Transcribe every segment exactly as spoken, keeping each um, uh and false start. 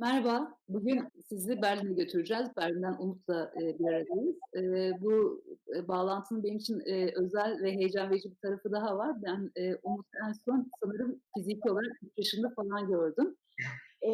Merhaba, bugün sizi Berlin'e götüreceğiz. Berlin'den Umut'la, eee, bir aradayız. Eee, bu, eee, bağlantının benim için, eee, özel ve heyecan verici bir tarafı daha var. Ben, eee, Umut'u en son sanırım fiziki olarak üç yaşında falan gördüm. Eee,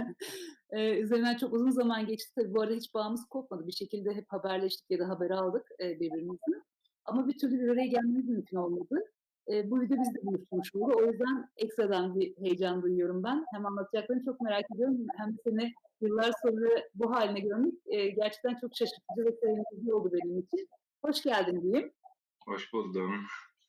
eee, üzerinden çok uzun zaman geçti tabii. Bu arada hiç bağımız kopmadı. Bir şekilde hep haberleştik ya da haber aldık, eee, birbirimizden. Ama bir türlü bir araya gelmemiz mümkün olmadı. Eee, bu video bizi de buluşturmuş oldu. O yüzden ekstradan bir heyecan duyuyorum ben. Hem anlatacaklarını çok merak ediyorum hem de seni yıllar sonra bu hâline görmek, eee, gerçekten çok şaşırtıcı ve sevindirici oldu benim için. Hoş geldin diyeyim. Hoş buldum.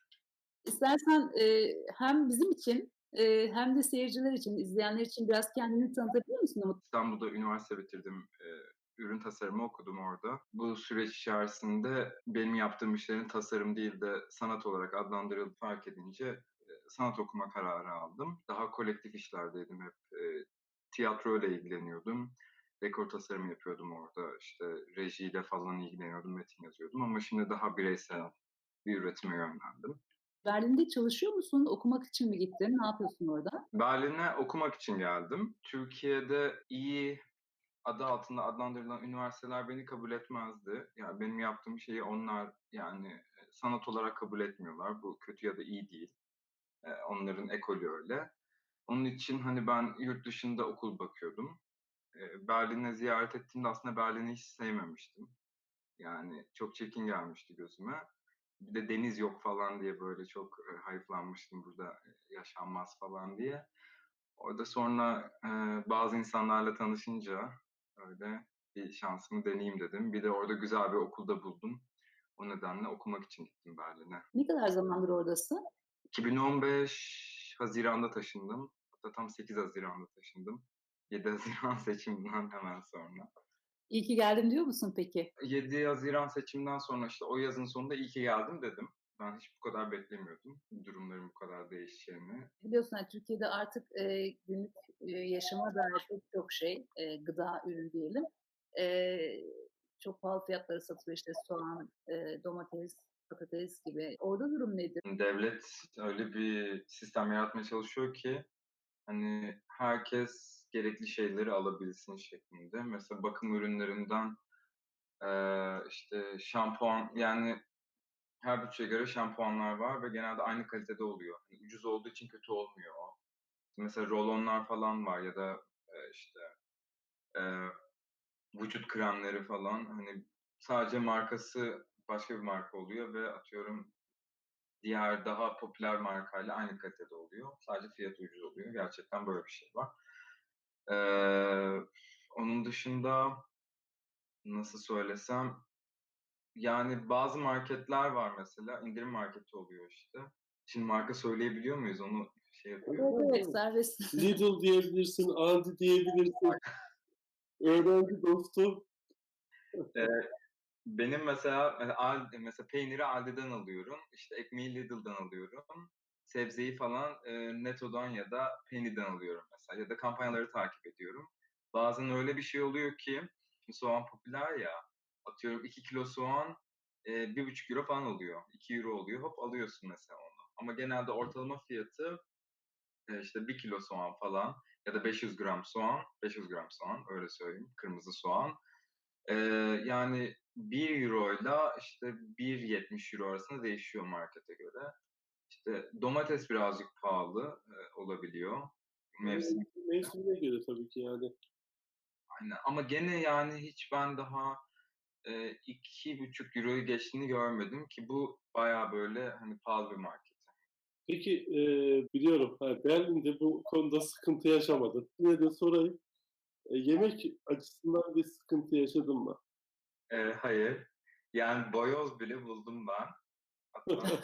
İstersen, eee, hem bizim için, eee, hem de seyirciler için, izleyenler için biraz kendini tanıtabilir misin Umut? İstanbul'da üniversite bitirdim. Eee, ürün tasarımı okudum orada. Bu süreç içerisinde benim yaptığım işlerin tasarım değil de sanat olarak adlandırıldığını fark edince, eee, sanat okuma kararı aldım. Daha kolektif işlerdeydim hep. Eee, tiyatroyla ilgileniyordum. Dekor tasarımı yapıyordum orada. İşte rejiyle falan ilgileniyordum, metin yazıyordum ama şimdi daha bireysel bir üretime yönlendim. Berlin'de çalışıyor musun? Okumak için mi gittin? Ne yapıyorsun orada? Berlin'e okumak için geldim. Türkiye'de iyi adı altında adlandırılan üniversiteler beni kabul etmezdi. Ya, benim yaptığım şeyi onlar, yani, eee, sanat olarak kabul etmiyorlar. Bu kötü ya da iyi değil. Eee, onların ekolü öyle. Onun için, hani, ben yurt dışında okul bakıyordum. Eee, Berlin'i ziyaret ettiğimde aslında Berlin'i hiç sevmemiştim. Yani, çok çirkin gelmişti gözüme. Bir de deniz yok falan diye, böyle, çok, eee, hayıflanmıştım burada, eee, yaşanmaz falan diye. Orada sonra, eee, bazı insanlarla tanışınca öyle bir şansımı deneyeyim dedim. Bir de orada güzel bir okulda buldum. O nedenle okumak için gittim Berlin'e. Ne kadar zamandır oradasın? iki bin on beş haziranda taşındım. Hatta tam sekiz haziranda taşındım. yedi Haziran seçiminden hemen sonra. İyi ki geldin diyor musun peki? yedi Haziran seçimden sonra, işte, o yazın sonunda iyi ki geldim dedim. Ben hiç bu kadar beklemiyordum, durumların bu kadar değişeceğini. Biliyorsun, hani, Türkiye'de artık, eee, günlük, eee, yaşama dair pek çok şey, eee, gıda ürünü diyelim, eee, çok pahalı fiyatlara satılıyor. İşte soğan, eee, domates, patates gibi. Orada durum nedir? Devlet öyle bir sistem yaratmaya çalışıyor ki, hani, herkes gerekli şeyleri alabilsin şeklinde. Mesela bakım ürünlerinden, eee, işte, şampuan, yani, her bütçeye göre şampuanlar var ve genelde aynı kalitede oluyor. Hani, ucuz olduğu için kötü olmuyor o. Mesela rolonlar falan var ya da, eee, işte, eee, vücut kremleri falan, hani, sadece markası başka bir marka oluyor ve atıyorum diğer daha popüler markayla aynı kalitede oluyor. Sadece fiyatı ucuz oluyor. Gerçekten böyle bir şey var. Eee, Onun dışında nasıl söylesem, yani bazı marketler var mesela, indirim marketi oluyor işte. Şimdi marka söyleyebiliyor muyuz? Onu şey Evet, yapıyorum. evet, serbest. Lidl diyebilirsin, Aldi diyebilirsin, öğrenci dostu. Eee, Benim mesela, eee, Aldi mesela peyniri Aldi'den alıyorum, işte ekmeği Lidl'dan alıyorum. Sebzeyi falan, eee, Netto'dan ya da Penny'den alıyorum mesela ya da kampanyaları takip ediyorum. Bazen öyle bir şey oluyor ki, şimdi soğan popüler ya, atıyorum iki kilo soğan, eee, bir buçuk euro falan oluyor, iki euro oluyor. Hop alıyorsun mesela onu. Ama genelde ortalama fiyatı, eee, işte bir kilo soğan falan ya da beş yüz gram soğan, beş yüz gram soğan öyle söyleyeyim, kırmızı soğan. Eee, yani bir euroyla işte bir yetmiş euro arasında değişiyor markete göre. İşte domates birazcık pahalı, eee, olabiliyor Yani mevsim. mevsimine göre tabii ki yani. Aynen ama gene yani hiç ben daha, eee, iki buçuk euroyu geçtiğini görmedim ki bu bayağı böyle, hani, pahalı bir market. Peki, eee, biliyorum, ha, Berlin'de bu konuda sıkıntı yaşamadın. Yine de sorayım. Eee, yemek açısından bir sıkıntı yaşadın mı? Eee, hayır. Yani boyoz bile buldum ben. Hatta,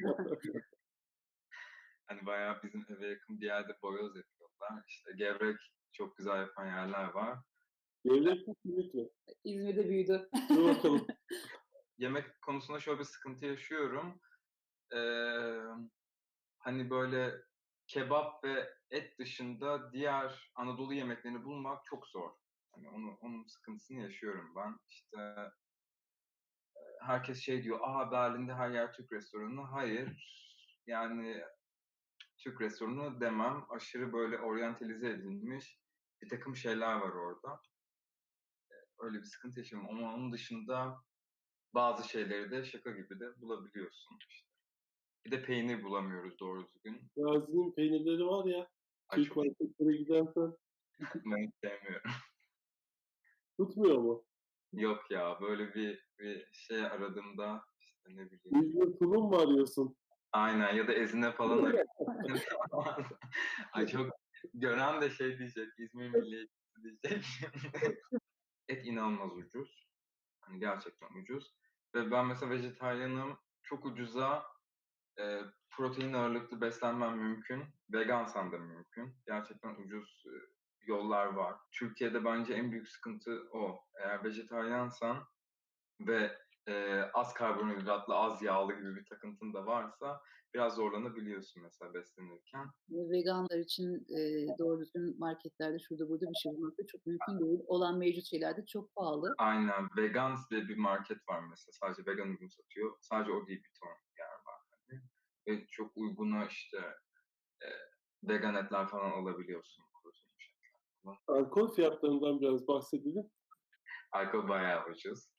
hani, bayağı bizim eve yakın bir yerde boyoz yapıyorlar. İşte gevrek çok güzel yapan yerler var. Gevrek mi, simit mi? İzmir'de büyüdü. Dur bakalım. Yemek konusunda şöyle bir sıkıntı yaşıyorum. Emm, Hani, böyle kebap ve et dışında diğer Anadolu yemeklerini bulmak çok zor. Hani, onu onun sıkıntısını yaşıyorum ben. İşte, herkes şey diyor, "A, Berlin'de her yer Türk restoranı." Hayır, yani Türk restoranı demem. Aşırı böyle oryantalize edilmiş, Birtakım şeyler var orada. Öyle bir sıkıntı yaşamadım ama onun dışında bazı şeyleri de şaka gibi de bulabiliyorsun işte. Bir de peynir bulamıyoruz doğru düzgün. Gazi'nin peynirleri var ya, Ay Türk çok marketlere gidersen ben hiç sevmiyorum. tutmuyor mu? Yok ya, böyle bir bir şey aradığımda, işte, ne bileyim. İzmir tulum mu arıyorsun? Aynen ya da ezine falan arıyorum. Ay çok gören de şey diyecek, İzmir milliyetçisi diyecek. Et inanılmaz ucuz. Hani gerçekten ucuz ve ben mesela vejetaryenim. Çok ucuza, eee, protein ağırlıklı beslenmem mümkün. Vegansan da mümkün. Gerçekten ucuz, eee, yollar var. Türkiye'de bence en büyük sıkıntı o. Eğer vejetaryensen ve, eee, az karbonhidratlı, az yağlı gibi bir takıntın da varsa biraz zorlanabiliyorsun mesela beslenirken. Ve veganlar için, eee, doğru düzgün marketlerde şurada burada bir şey bulmak da çok mümkün değil. Olan mevcut şeyler de çok pahalı. Aynen. Vegans diye bir market var mesela. Sadece vegan ürün satıyor. Sadece o değil, bir ton yer var hani ve çok uyguna işte, eee, vegan etler falan alabiliyorsun, kurutulmuş etler falan. Alkol fiyatlarından biraz bahsedelim. Alkol bayağı ucuz.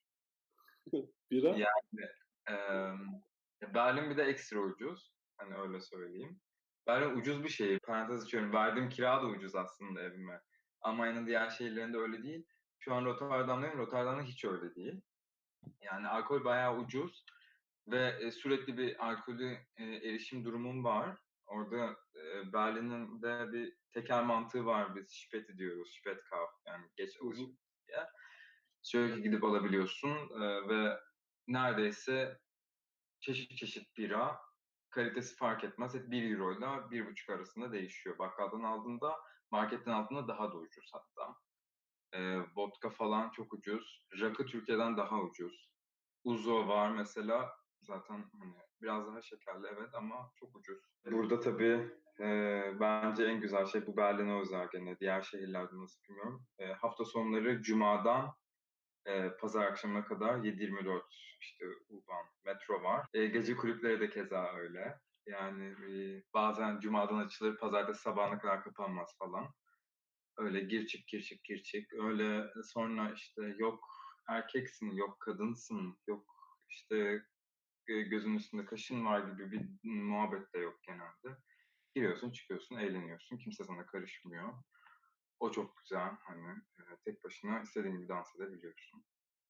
Bira? Yani, emm, ya Berlin bir de ekstra ucuz. Hani öyle söyleyeyim. Berlin ucuz bir şehir. Parantez açıyorum. Verdiğim kira da ucuz aslında evime. Almanya'nın diğer şehirlerinde öyle değil. Şu an Rotterdam'dayım. Rotterdam'da hiç öyle değil. Yani alkol bayağı ucuz ve, eee, sürekli bir alkolü, eee, erişim durumum var. Orada, eee, Berlin'in de bir tekel mantığı var. Biz Spezi diyoruz. Spätkauf yani geç Hı hı. alışveriş diye. Sürekli gidip alabiliyorsun, eee, ve neredeyse çeşit çeşit bira, kalitesi fark etmez. Hep bir euroyla bir buçuk arasında değişiyor. Bakkaldan aldığında, marketten aldığında daha da ucuz hatta. Eee, vodka falan çok ucuz. Rakı Türkiye'den daha ucuz. Ouzo var mesela. Zaten, hani, biraz daha şekerli evet ama çok ucuz. Burada tabii, eee, bence en güzel şey bu Berlin'e özel gene. Diğer şehirlerde nasıl bilmiyorum. Eee, hafta sonları cumadan, eee, pazar akşamına kadar yedi yirmi dört işte U-Bahn, metro var. Eee, gece kulüpleri de keza öyle. Yani, eee, bazen cumadan açılır, pazartesi sabahına kadar kapanmaz falan. Öyle gir çık, gir çık, gir çık. Öyle sonra işte yok erkeksin, yok kadınsın, yok işte, eee, gözünün üstünde kaşın var gibi bir muhabbet de yok genelde. Giriyorsun, çıkıyorsun, eğleniyorsun. Kimse sana karışmıyor. O çok güzel. Hani, eee, tek başına istediğin gibi dans edebiliyorsun.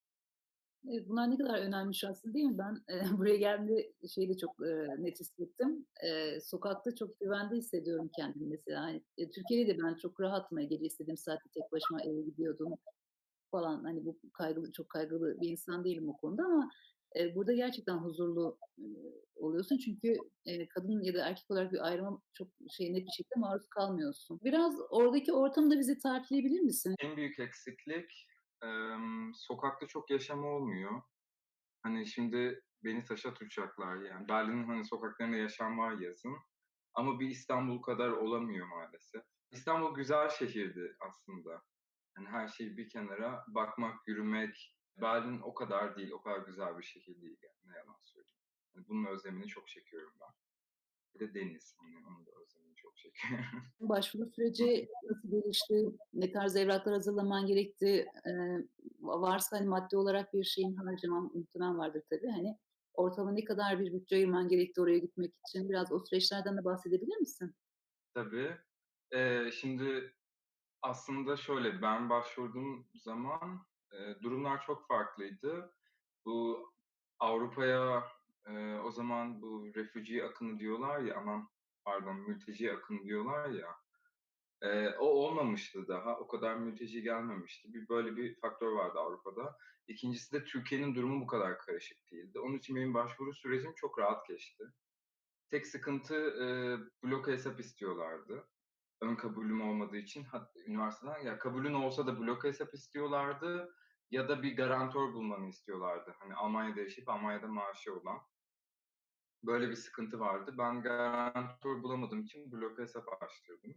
Evet, bunlar ne kadar önemli aslında değil mi? Ben, eee, buraya geldiğimde şeyi de çok, eee, net hissettim. Eee, sokakta çok güvende hissediyorum kendimi mesela. Hani, eee, Türkiye'de de ben çok rahattım. Hani, gece istediğim saatte tek başıma eve gidiyordum falan. Hani, bu kaygılı çok kaygılı bir insan değilim o konuda ama, eee, burada gerçekten huzurlu, eee, oluyorsun. Çünkü, eee, kadın ya da erkek olarak bir ayrıma çok şey, net bir şekilde maruz kalmıyorsun. Biraz oradaki ortamı da bize tarifleyebilir misin? En büyük eksiklik, emm, sokakta çok yaşam olmuyor. Hani, şimdi beni taşa tutacaklar yani. Berlin'in, hani, sokaklarında yaşam var yazın ama bir İstanbul kadar olamıyor maalesef. İstanbul güzel şehirdi aslında. Hani, her şeyi bir kenara bakmak, yürümek. Berlin o kadar değil, o kadar güzel bir şehir değil yani, ne yalan söyleyeyim. Hani, bunun özlemini çok çekiyorum ben. Bir de deniz, hani, onun da özlemini çok çekiyorum. Başvuru süreci nasıl gelişti? Ne tarz evraklar hazırlaman gerekti? Eee, varsa, hani, maddi olarak bir şeyin harcaman muhtemelen vardır tabii. Hani, ortalama ne kadar bir bütçe ayırman gerekti oraya gitmek için? Biraz o süreçlerden de bahsedebilir misin? Tabii. Eee, şimdi aslında şöyle, ben başvurduğum zaman, eee, durumlar çok farklıydı. Bu Avrupa'ya, eee, o zaman bu refugee akını diyorlar ya, aman pardon, mülteci akını diyorlar ya, eee, o olmamıştı daha. O kadar mülteci gelmemişti. Bir böyle bir faktör vardı Avrupa'da. ikincisi de Türkiye'nin durumu bu kadar karışık değildi. Onun için benim başvuru sürecim çok rahat geçti. Tek sıkıntı, eee, bloka hesap istiyorlardı. Ön kabulüm olmadığı için hat üniversiteden ya kabulün olsa da bloka hesap istiyorlardı ya da bir garantör bulmanı istiyorlardı. Hani Almanya'da yaşayıp Almanya'da maaşı olan. Böyle bir sıkıntı vardı. Ben garantör bulamadığım için bloka hesap açtırdım.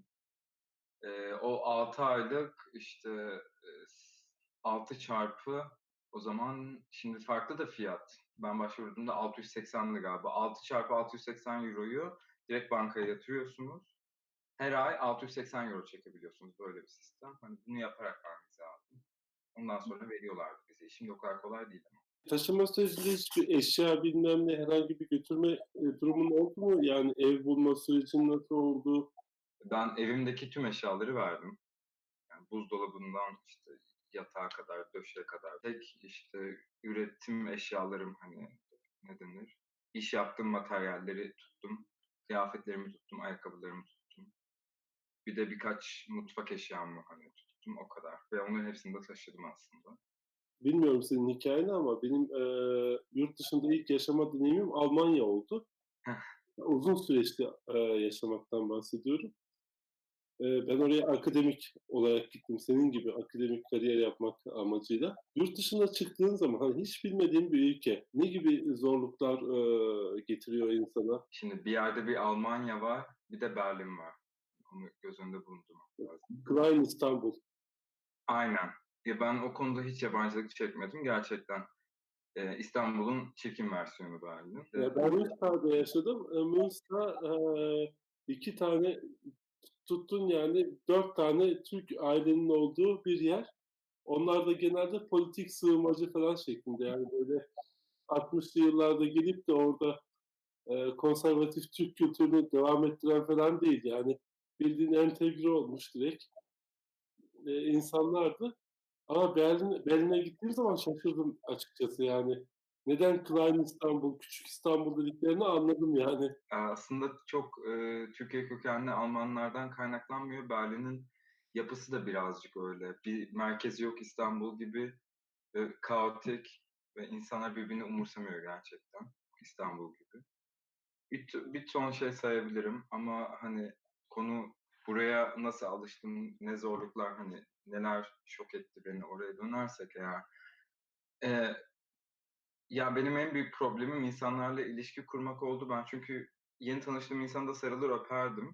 Eee, o altı aylık, işte, eee, s altı çarpı o zaman şimdi farklı da fiyat. Ben başvurduğumda altı yüz seksendi galiba. altı çarpı altı yüz seksen euroyu direkt bankaya yatırıyorsunuz. Her ay altı yüz seksen euro çekebiliyorsunuz. Böyle bir sistem. Hani bunu yaparak vermemiz lazım. Ondan sonra veriyorlardı vizeyi. Şimdi o kadar kolay değil ama. Taşınma sürecinde hiçbir eşya bilmem ne herhangi bir götürme e, durumun oldu mu? Yani ev bulma sürecin nasıl oldu? Ben evimdeki tüm eşyaları verdim. Yani buzdolabından işte yatağa kadar, döşeğe kadar. Tek işte üretim eşyalarım hani ne denir? İş yaptığım materyalleri tuttum. Kıyafetlerimi tuttum, ayakkabılarımı tuttum. Bir de birkaç mutfak eşyamı hani tuttum o kadar. Ve onların hepsini de taşıdım aslında. Bilmiyorum senin hikayeni ama benim eee, yurt dışında ilk yaşama deneyimim Almanya oldu. Uzun süreçli eee, yaşamaktan bahsediyorum. Eee, ben oraya akademik olarak gittim. Senin gibi akademik kariyer yapmak amacıyla. Yurt dışına çıktığın zaman hani hiç bilmediğin bir ülke ne gibi zorluklar eee, getiriyor insana? Şimdi bir yerde bir Almanya var, bir de Berlin var. Onu göz önünde bulundurmak lazım. Klein İstanbul. Aynen. Ya ben o konuda hiç yabancılık çekmedim gerçekten. Eee, İstanbul'un çirkin versiyonu Berlin. Eee, Ya ben Münster'de yaşadım. E, Münster eee, iki tane tuttun yani dört tane Türk ailenin olduğu bir yer. Onlar da genelde politik sığınmacı falan şeklinde yani böyle altmışlı yıllarda gelip de orada e, konservatif Türk kültürünü devam ettiren falan değil yani bildiğin entegre olmuş direkt e, insanlardı. Ama Berlin, Berlin'e gittiğim zaman şaşırdım açıkçası yani. Neden Klein İstanbul, Küçük İstanbul dediklerini anladım yani. aslında çok, eee, Türkiye kökenli Almanlardan kaynaklanmıyor. Berlin'in yapısı da birazcık öyle. Bir merkezi yok İstanbul gibi, eee, kaotik ve insanlar birbirini umursamıyor gerçekten İstanbul gibi. Bir t bir ton şey sayabilirim ama, hani, konu buraya nasıl alıştım, ne zorluklar, hani, neler şok etti beni oraya dönersek eğer, eee, ya, benim en büyük problemim insanlarla ilişki kurmak oldu. Ben çünkü yeni tanıştığım insana da sarılır öperdim.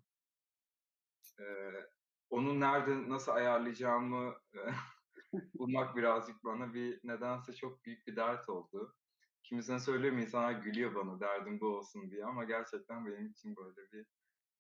Eee, onu nerede nasıl ayarlayacağımı, eee, bulmak birazcık bana bir nedense çok büyük bir dert oldu. Kimisine söylüyorum, insanlar gülüyor bana derdim bu olsun diye ama gerçekten benim için böyle bir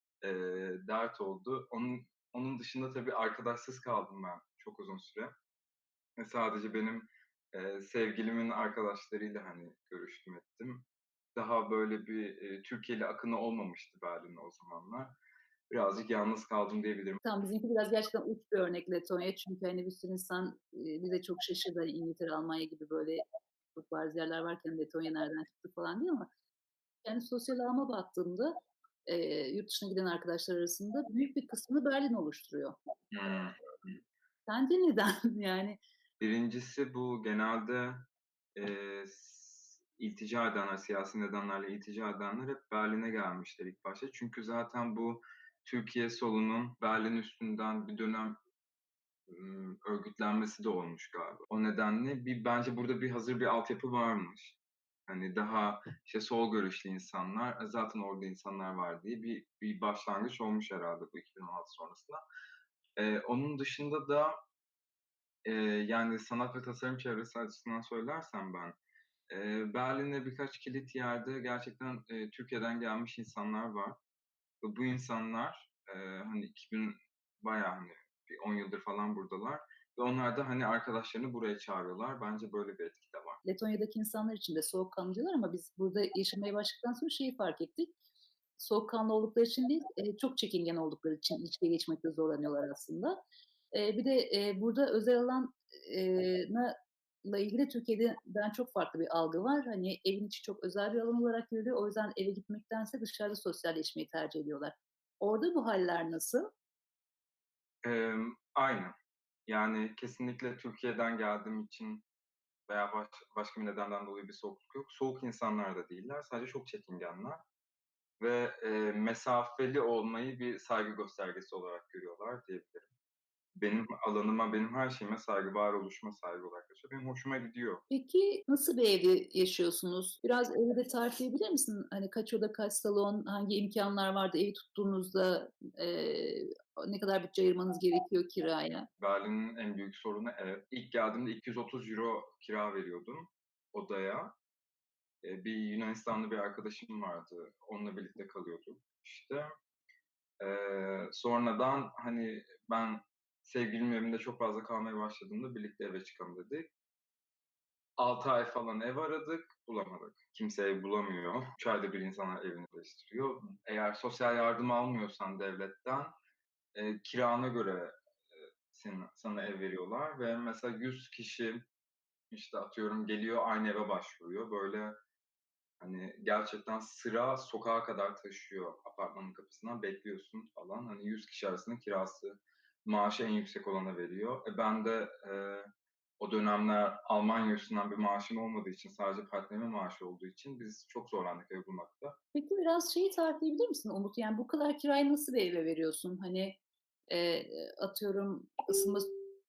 Eee, dert oldu. Onun onun dışında tabii arkadaşsız kaldım ben çok uzun süre ve sadece benim, eee, sevgilimin arkadaşlarıyla, hani, görüştüm ettim. Daha böyle bir, eee, Türkiye'li akını olmamıştı Berlin'de o zamanlar. Birazcık yalnız kaldım diyebilirim. Tamam, bizimki biraz gerçekten uç bir örnek Letonya. Çünkü, hani, bir sürü insan, eee, bize çok şaşırdı. Hani, İngiltere, Almanya gibi böyle çok bariz yerler varken Letonya nereden çıktı falan diye ama kendi sosyal ağıma baktığımda, eee, yurt dışına giden arkadaşlar arasında büyük bir kısmını Berlin oluşturuyor. Hımm. Sence neden? Yani birincisi bu genelde, eee, s iltica edenler, siyasi nedenlerle iltica edenler hep Berlin'e gelmişler ilk başta. Çünkü zaten bu Türkiye solunun Berlin üstünden bir dönem Imm, örgütlenmesi de olmuş galiba. O nedenle bir bence burada bir hazır bir altyapı varmış. Hani daha, işte, sol görüşlü insanlar, e, zaten orada insanlar var diye bir bir başlangıç olmuş herhâlde bu iki bin on altı sonrasında. Eee, onun dışında da, eee, yani, sanat ve tasarım çevresi açısından söylersem ben, eee, Berlin'de birkaç kilit yerde gerçekten, eee, Türkiye'den gelmiş insanlar var ve bu insanlar, eee, hani, iki bin bayağı, hani, bir on yıldır falan buradalar ve onlar da, hani, arkadaşlarını buraya çağırıyorlar. Bence böyle bir etki de var. Letonya'daki insanlar için de soğukkanlı diyorlar ama biz burada yaşamaya başladıktan sonra şeyi fark ettik. Soğukkanlı oldukları için değil, eee, çok çekingen oldukları için ilişkiye geçmekte zorlanıyorlar aslında. Eee, bir de, eee, burada özel alan eee, na la ilgili Türkiye'den çok farklı bir algı var. Hani, evin içi çok özel bir alan olarak görülüyor. O yüzden eve gitmektense dışarıda sosyalleşmeyi tercih ediyorlar. Orada bu hâller nasıl? Emm, aynen. Yani, kesinlikle Türkiye'den geldiğim için veya baş başka bir nedenden dolayı bir soğukluk yok. Soğuk insanlar da değiller. Sadece çok çekingenler ve, eee, mesafeli olmayı bir saygı göstergesi olarak görüyorlar diyebilirim. Benim alanıma, benim her şeyime saygı, varoluşuma saygı olarak yaşıyor. Benim hoşuma gidiyor. Peki, nasıl bir evde yaşıyorsunuz? Biraz evi de tarifleyebilir misin? Hani, kaç oda, kaç salon, hangi imkânlar vardı evi tuttuğunuzda? Eee, ne kadar bütçe ayırmanız gerekiyor kiraya? Berlin'in en büyük sorunu ev. İlk geldiğimde iki yüz otuz euro kira veriyordum odaya. Eee, bir Yunanistanlı bir arkadaşım vardı. Onunla birlikte kalıyorduk işte. Eee, sonradan, hani, ben sevgilimin evinde çok fazla kalmaya başladığımda birlikte eve çıkalım dedik. altı ay falan ev aradık, bulamadık. Kimse ev bulamıyor. üç ayda bir insanlar evini değiştiriyor. Eğer sosyal yardım almıyorsan devletten, eee, kirana göre, eee, senin sana ev veriyorlar ve mesela yüz kişi, işte, atıyorum geliyor, aynı eve başvuruyor. Böyle, hani, gerçekten sıra sokağa kadar taşıyor apartmanın kapısından, bekliyorsun falan. Hani, yüz kişi arasında kirası, maaşı en yüksek olana veriyor. E, ben de, eee, o dönemler Almanya üstünden bir maaşım olmadığı için, sadece partnerimin maaşı olduğu için biz çok zorlandık ev bulmakta. Peki biraz şeyi tarifleyebilir misin Umut? Yani bu kadar kirayı nasıl bir eve veriyorsun? Hani, eee, atıyorum ısınma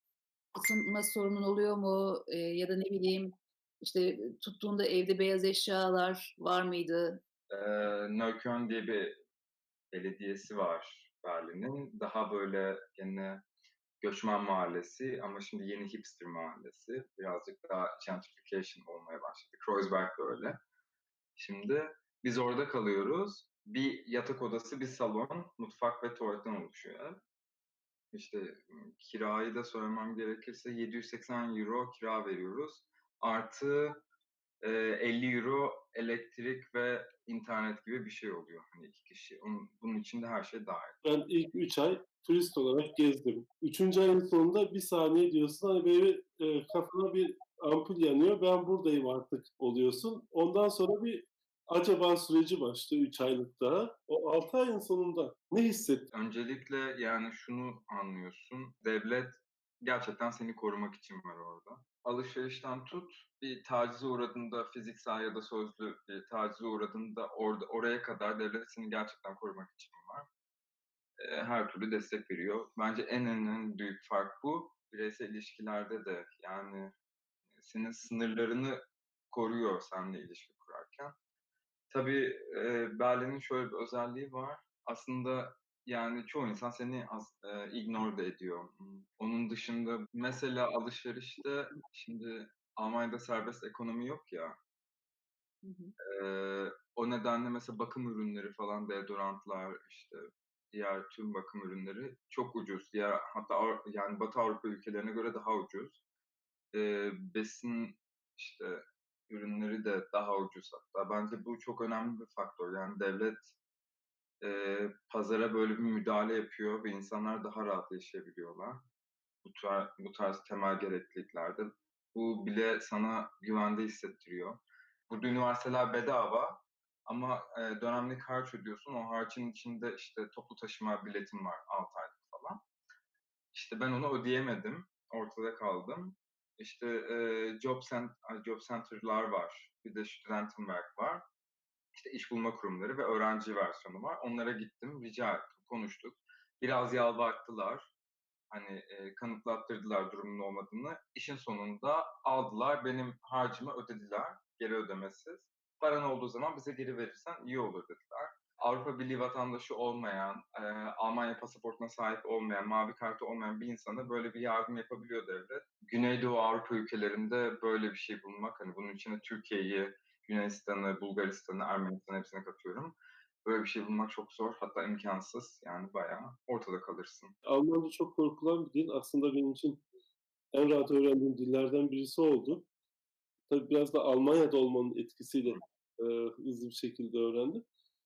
ısınma sorunun oluyor mu? Eee, ya da ne bileyim, işte, tuttuğunda evde beyaz eşyalar var mıydı? Eee, Neukölln diye bir belediyesi var Berlin'in. Daha böyle gene göçmen mahallesi ama şimdi yeni hipster mahallesi. Birazcık daha gentrification olmaya başladı. Kreuzberg de öyle. Şimdi biz orada kalıyoruz. Bir yatak odası, bir salon, mutfak ve tuvaletten oluşuyor ev. İşte, ımm, kirayı da söylemem gerekirse €yedi yüz seksen euro kira veriyoruz. Artı, eee, elli euro elektrik ve internet gibi bir şey oluyor, hani, iki kişi. Onun bunun içinde her şey dâhil. Ben ilk üç ay turist olarak gezdim. üçüncü ayın sonunda bir saniye diyorsun, hani, böyle, eee, kafana bir ampul yanıyor, "Ben buradayım artık." oluyorsun. Ondan sonra bir acaba süreci başlıyor üç aylık daha. O altı ayın sonunda ne hissettin? Öncelikle, yani, şunu anlıyorsun, devlet gerçekten seni korumak için var orada. Alışverişten tut, bir tacize uğradığında, fiziksel ya da sözlü bir tacize uğradığında orada oraya kadar devlet seni gerçekten korumak için var. Eee, her türlü destek veriyor. Bence en en en büyük fark bu. Bireysel ilişkilerde de, yani, senin sınırlarını koruyor seninle ilişki kurarken. Tabii, eee, Berlin'in şöyle bir özelliği var. Aslında, yani, çoğu insan seni as eee, ignore da ediyor. Imm, onun dışında mesela alışverişte şimdi Almanya'da serbest ekonomi yok ya, Hı hı. eee, o nedenle mesela bakım ürünleri falan, deodorantlar, işte, diğer tüm bakım ürünleri çok ucuz. Diğer hatta Avru yani Batı Avrupa ülkelerine göre daha ucuz. Eee, besin, işte, ürünleri de daha ucuz hatta. Bence bu çok önemli bir faktör. Yani devlet, eee, pazara böyle bir müdahale yapıyor ve insanlar daha rahat yaşayabiliyorlar bu tar bu tarz temel gerekliliklerde. Bu bile sana güvende hissettiriyor. Burada üniversiteler bedava ama, eee, dönemlik harç ödüyorsun. O harcın içinde, işte, toplu taşıma biletin var altı aylık falan. İşte, ben onu ödeyemedim, ortada kaldım. İşte, eee, job cent ay, job center'lar var. Bir de Studentenwerk var. İşte, iş bulma kurumları ve öğrenci versiyonu var. Onlara gittim, rica ettim, konuştuk. Biraz yalvarttılar. Hani, eee, kanıtlattırdılar durumun olmadığını. İşin sonunda aldılar, benim harcımı ödediler, geri ödemesiz. "Paran olduğu zaman bize geri verirsen iyi olur." dediler. Avrupa Birliği vatandaşı olmayan, eee, Almanya pasaportuna sahip olmayan, mavi kartı olmayan bir insana böyle bir yardım yapabiliyor devlet. Güneydoğu Avrupa ülkelerinde böyle bir şey bulmak, hani, bunun içine Türkiye'yi, Yunanistan'ı, Bulgaristan'ı, Ermenistan'ı hepsini katıyorum. Böyle bir şey bulmak çok zor, hatta imkânsız. Yani bayağı ortada kalırsın. Almanca çok korkulan bir dil. Aslında benim için en rahat öğrendiğim dillerden birisi oldu. Tabii biraz da Almanya'da olmanın etkisiyle, eee, hızlı bir şekilde öğrendim.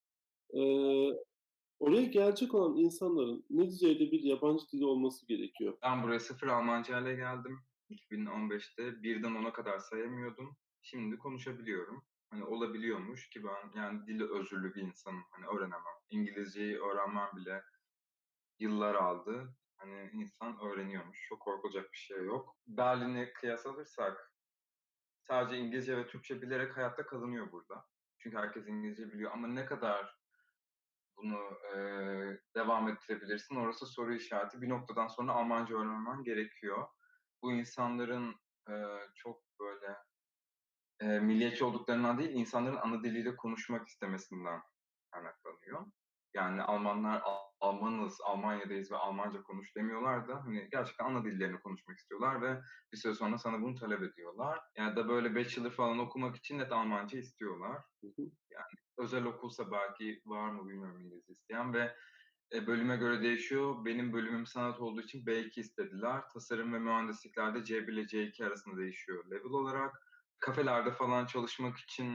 Eee, Oraya gelecek olan insanların ne düzeyde bir yabancı dili olması gerekiyor? Ben buraya sıfır Almancayla geldim. iki bin on beşte birden ona kadar sayamıyordum. Şimdi konuşabiliyorum. Hani olabiliyormuş ki ben yani dili özürlü bir insanım. Hani öğrenemem. İngilizceyi öğrenmem bile yıllar aldı. Hani insan öğreniyormuş. Çok korkulacak bir şey yok. Berlin'e kıyas alırsak sadece İngilizce ve Türkçe bilerek hayatta kalınıyor burada. Çünkü herkes İngilizce biliyor ama ne kadar bunu, eee, devam ettirebilirsin. Orası soru işareti. Bir noktadan sonra Almanca öğrenmen gerekiyor. Bu insanların, eee, çok böyle, eee, milliyetçi olduklarından değil, insanların ana diliyle konuşmak istemesinden kaynaklanıyor. Yani Almanlar "Al Almanız, Almanya'dayız ve Almanca konuş." demiyorlar da, hani, gerçekten ana dillerini konuşmak istiyorlar ve bir süre sonra sana bunu talep ediyorlar. Ya da böyle bachelor falan okumak için net Almanca istiyorlar. Hı hı. Yani özel okulsa belki var mı bilmiyorum İngilizce isteyen ve Eee, bölüme göre değişiyor. Benim bölümüm sanat olduğu için B iki istediler. Tasarım ve mühendisliklerde C bir ile C iki arasında değişiyor level olarak. Kafelerde falan çalışmak için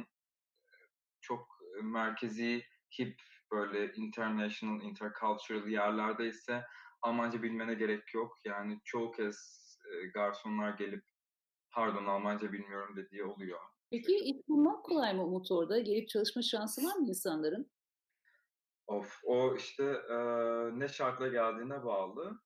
çok, eee, merkezi, hip, böyle international, intercultural yerlerdeyse Almanca bilmene gerek yok. Yani çoğu kez, eee, garsonlar gelip "Pardon, Almanca bilmiyorum." dediği oluyor bu Peki, şekilde. iş bulmak kolay mı Umut orada? Gelip çalışma şansı var mı insanların? Of, o işte, eee, ne şartla geldiğine bağlı.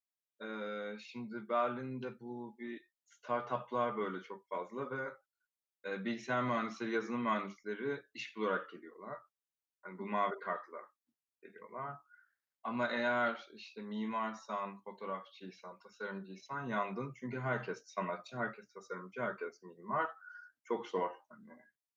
Eee, şimdi Berlin'de bu bir startup'lar böyle çok fazla ve, eee, bilgisayar mühendisleri, yazılım mühendisleri iş bularak geliyorlar. Hani bu mavi kartla geliyorlar. Ama eğer, işte, mimarsan, fotoğrafçıysan, tasarımcıysan yandın. Çünkü herkes sanatçı, herkes tasarımcı, herkes mimar. Çok zor. Hani,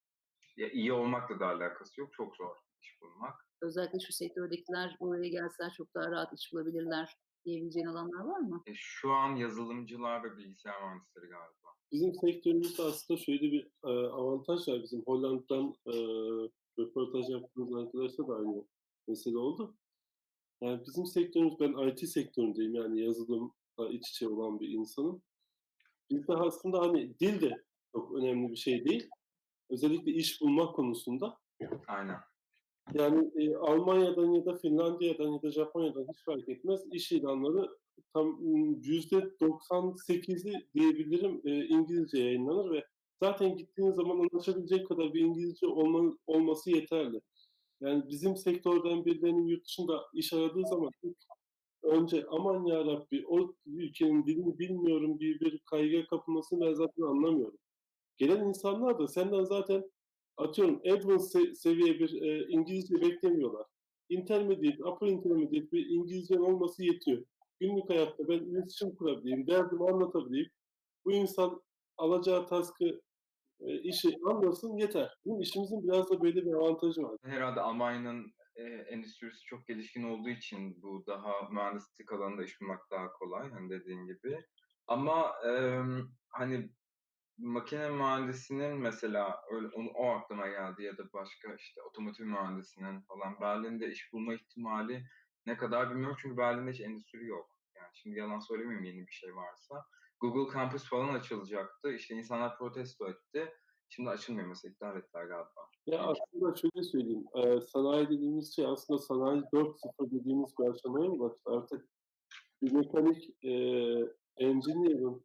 ya iyi olmakla da alakası yok, çok zor iş bulmak. Özellikle şu sektördekiler buraya gelseler çok daha rahat iş bulabilirler diyebileceğin alanlar var mı? E, şu an yazılımcılar ve bilgisayar mühendisleri galiba. Bizim sektörümüzde aslında şöyle bir, eee, avantaj var. Bizim Hollanda'dan, eee, röportaj yaptığımız arkadaşla da aynı mesele oldu. Yani bizim sektörümüz, ben I T sektöründeyim, yani yazılımla iç içe olan bir insanım. Bizde aslında, hani, dil de çok önemli bir şey değil. Özellikle iş bulmak konusunda. Aynen. Yani, eee, Almanya'dan ya da Finlandiya'dan ya da Japonya'dan hiç fark etmez, iş ilanları tam, ımm, yüzde doksan sekizi diyebilirim, eee, İngilizce yayınlanır ve zaten gittiğin zaman anlaşabilecek kadar bir İngilizce olman olması yeterli. Yani bizim sektörden birilerinin yurt dışında iş aradığı zaman ilk önce "Aman yarabbi, o ülkenin dilini bilmiyorum." diye bir kaygıya kapılmasını ben zaten anlamıyorum. Gelen insanlar da senden zaten atıyorum advanced se seviye bir, eee, İngilizce beklemiyorlar. Intermediate, upper intermediate bir İngilizcen olması yetiyor. Günlük hayatta ben iletişim kurabileyim, derdimi anlatabileyim. Bu insan alacağı task'ı, eee, işi anlasın yeter. Bizim işimizin biraz da böyle bir avantajı var. Herhâlde Almanya'nın, eee, endüstrisi çok gelişkin olduğu için bu daha mühendislik alanında iş bulmak daha kolay, hani, dediğin gibi. Ama, emm, hani, makine mühendisinin mesela öyle onu o aklıma geldi ya da başka, işte, otomotiv mühendisinin falan Berlin'de iş bulma ihtimali ne kadar bilmiyorum çünkü Berlin'de hiç endüstri yok. Yani şimdi yalan söylemeyeyim yeni bir şey varsa. Google Campus falan açılacaktı. İşte, insanlar protesto etti. Şimdi açılmıyor mesela, iptal ettiler galiba. Ya, İlk aslında şöyle söyleyeyim, eee, sanayi dediğimiz şey aslında sanayi dört nokta sıfır dediğimiz bir aşamaya ulaştı. Artık bir mekanik, eee, engineer'ın,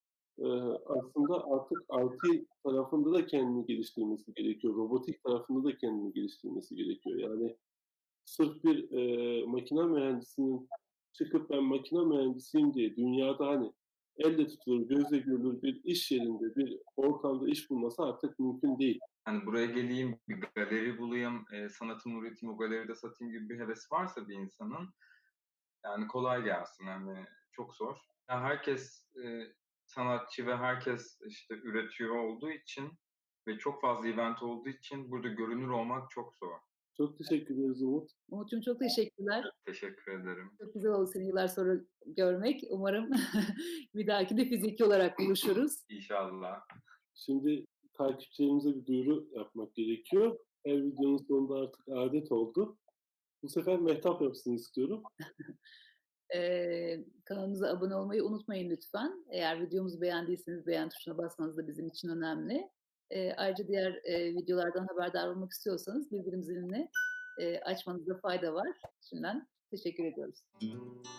eee, aslında artık I T tarafında da kendini geliştirmesi gerekiyor. Robotik tarafında da kendini geliştirmesi gerekiyor. Yani sırf bir, eee, makine mühendisinin çıkıp ben makine mühendisiyim diye dünyada, hani, elle tutulur, gözle görülür bir iş yerinde, bir ortamda iş bulması artık mümkün değil. Hani, buraya geleyim, bir galeri bulayım, eee, sanatımı üreteyim, o galeride satayım gibi bir hevesi varsa bir insanın, yani, kolay gelsin, hani, çok zor. Ya, herkes, eee, sanatçı ve herkes, işte, üretiyor olduğu için ve çok fazla event olduğu için burada görünür olmak çok zor. Çok teşekkür ederiz Umut. Umut'cum çok teşekkürler. Teşekkür ederim. Çok güzel oldu seni yıllar sonra görmek. Umarım bir dahakinde fiziki olarak buluşuruz. İnşallah. Şimdi takipçilerimize bir duyuru yapmak gerekiyor. Her videonun sonunda artık âdet oldu. Bu sefer Mehtap yapsın istiyorum. Eee, kanalımıza abone olmayı unutmayın lütfen. Eğer videomuzu beğendiyseniz beğen tuşuna basmanız da bizim için önemli. Eee, ayrıca diğer, eee, videolardan haberdar olmak istiyorsanız bildirim zilini, eee, açmanızda fayda var. Şimdiden teşekkür ediyoruz.